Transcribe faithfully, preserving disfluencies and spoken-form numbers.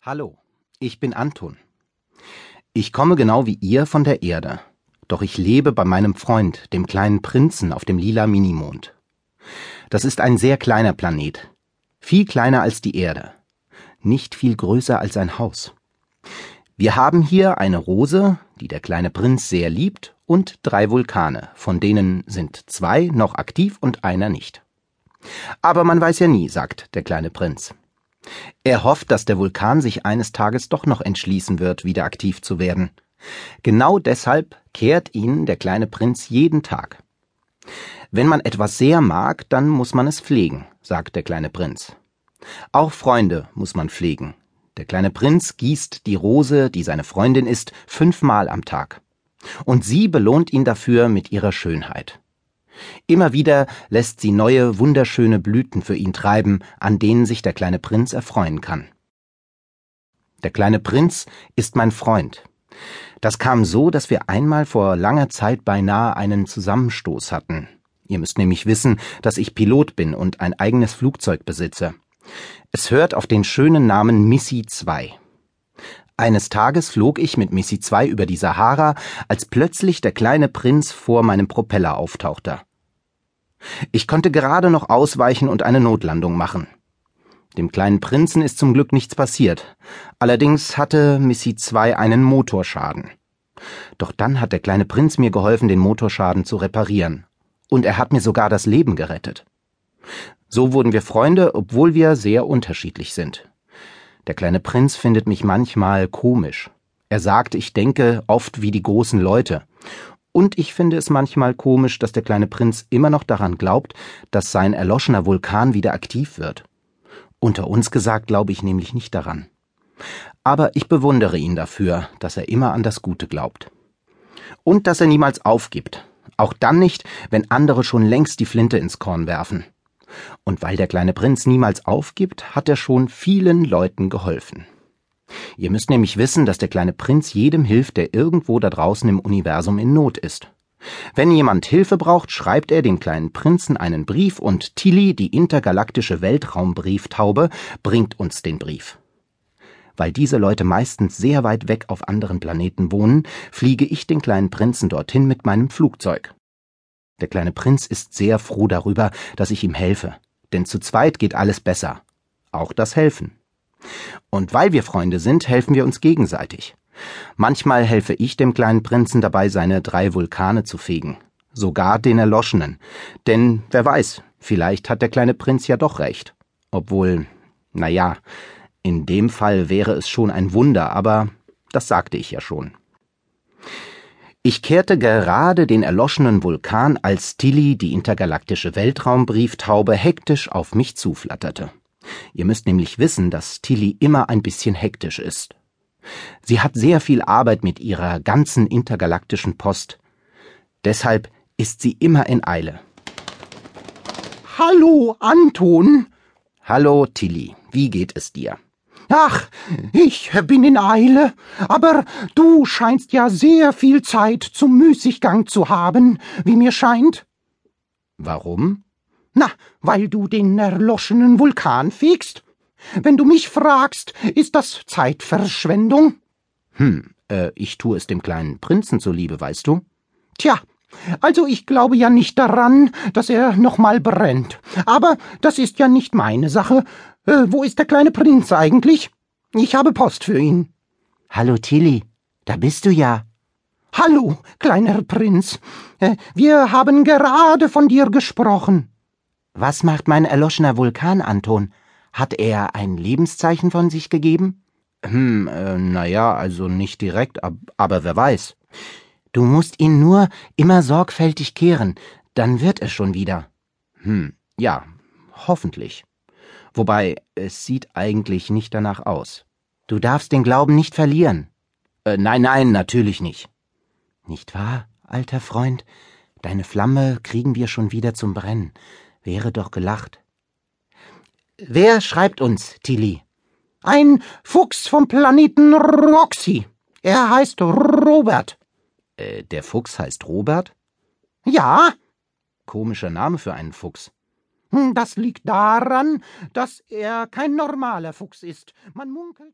Hallo, ich bin Anton. Ich komme genau wie ihr von der Erde, doch ich lebe bei meinem Freund, dem kleinen Prinzen auf dem lila Minimond. Das ist ein sehr kleiner Planet, viel kleiner als die Erde, nicht viel größer als ein Haus. Wir haben hier eine Rose, die der kleine Prinz sehr liebt, und drei Vulkane, von denen sind zwei noch aktiv und einer nicht. Aber man weiß ja nie, sagt der kleine Prinz. Er hofft, dass der Vulkan sich eines Tages doch noch entschließen wird, wieder aktiv zu werden. Genau deshalb kehrt ihn der kleine Prinz jeden Tag. Wenn man etwas sehr mag, dann muss man es pflegen, sagt der kleine Prinz. Auch Freunde muss man pflegen. Der kleine Prinz gießt die Rose, die seine Freundin ist, fünfmal am Tag. Und sie belohnt ihn dafür mit ihrer Schönheit. Immer wieder lässt sie neue, wunderschöne Blüten für ihn treiben, an denen sich der kleine Prinz erfreuen kann. Der kleine Prinz ist mein Freund. Das kam so, dass wir einmal vor langer Zeit beinahe einen Zusammenstoß hatten. Ihr müsst nämlich wissen, dass ich Pilot bin und ein eigenes Flugzeug besitze. Es hört auf den schönen Namen Missy zwei. Eines Tages flog ich mit Missy zwei über die Sahara, als plötzlich der kleine Prinz vor meinem Propeller auftauchte. Ich konnte gerade noch ausweichen und eine Notlandung machen. Dem kleinen Prinzen ist zum Glück nichts passiert. Allerdings hatte Missy zwei einen Motorschaden. Doch dann hat der kleine Prinz mir geholfen, den Motorschaden zu reparieren. Und er hat mir sogar das Leben gerettet. So wurden wir Freunde, obwohl wir sehr unterschiedlich sind. Der kleine Prinz findet mich manchmal komisch. Er sagt, ich denke oft wie die großen Leute. Und ich finde es manchmal komisch, dass der kleine Prinz immer noch daran glaubt, dass sein erloschener Vulkan wieder aktiv wird. Unter uns gesagt glaube ich nämlich nicht daran. Aber ich bewundere ihn dafür, dass er immer an das Gute glaubt. Und dass er niemals aufgibt. Auch dann nicht, wenn andere schon längst die Flinte ins Korn werfen. Und weil der kleine Prinz niemals aufgibt, hat er schon vielen Leuten geholfen. Ihr müsst nämlich wissen, dass der kleine Prinz jedem hilft, der irgendwo da draußen im Universum in Not ist. Wenn jemand Hilfe braucht, schreibt er dem kleinen Prinzen einen Brief und Tilly, die intergalaktische Weltraumbrieftaube, bringt uns den Brief. Weil diese Leute meistens sehr weit weg auf anderen Planeten wohnen, fliege ich den kleinen Prinzen dorthin mit meinem Flugzeug. Der kleine Prinz ist sehr froh darüber, dass ich ihm helfe, denn zu zweit geht alles besser, auch das Helfen. Und weil wir Freunde sind, helfen wir uns gegenseitig. Manchmal helfe ich dem kleinen Prinzen dabei, seine drei Vulkane zu fegen, sogar den erloschenen, denn wer weiß, vielleicht hat der kleine Prinz ja doch recht. Obwohl, na ja, in dem Fall wäre es schon ein Wunder, aber das sagte ich ja schon. Ich kehrte gerade den erloschenen Vulkan, als Tilly, die intergalaktische Weltraumbrieftaube, hektisch auf mich zuflatterte. Ihr müsst nämlich wissen, dass Tilly immer ein bisschen hektisch ist. Sie hat sehr viel Arbeit mit ihrer ganzen intergalaktischen Post. Deshalb ist sie immer in Eile. Hallo, Anton. Hallo, Tilly. Wie geht es dir? Ach, ich bin in Eile, aber du scheinst ja sehr viel Zeit zum Müßiggang zu haben, wie mir scheint. Warum? Na, weil du den erloschenen Vulkan fegst. Wenn du mich fragst, ist das Zeitverschwendung? Hm, äh, ich tue es dem kleinen Prinzen zuliebe, weißt du? Tja, also ich glaube ja nicht daran, dass er noch mal brennt. Aber das ist ja nicht meine Sache. Äh, wo ist der kleine Prinz eigentlich? Ich habe Post für ihn. Hallo, Tilly, da bist du ja. Hallo, kleiner Prinz. Äh, wir haben gerade von dir gesprochen. Was macht mein erloschener Vulkan, Anton? Hat er ein Lebenszeichen von sich gegeben? Hm, äh, naja, also nicht direkt, ab, aber wer weiß. Du musst ihn nur immer sorgfältig kehren, dann wird es schon wieder. Hm, ja, hoffentlich. Wobei, es sieht eigentlich nicht danach aus. Du darfst den Glauben nicht verlieren. Äh, nein, nein, natürlich nicht. Nicht wahr, alter Freund? Deine Flamme kriegen wir schon wieder zum Brennen. Wäre doch gelacht. Wer schreibt uns, Tilly? Ein Fuchs vom Planeten Roxy. Er heißt Robert. Äh, der Fuchs heißt Robert? Ja. Komischer Name für einen Fuchs. Das liegt daran, dass er kein normaler Fuchs ist. Man munkelt...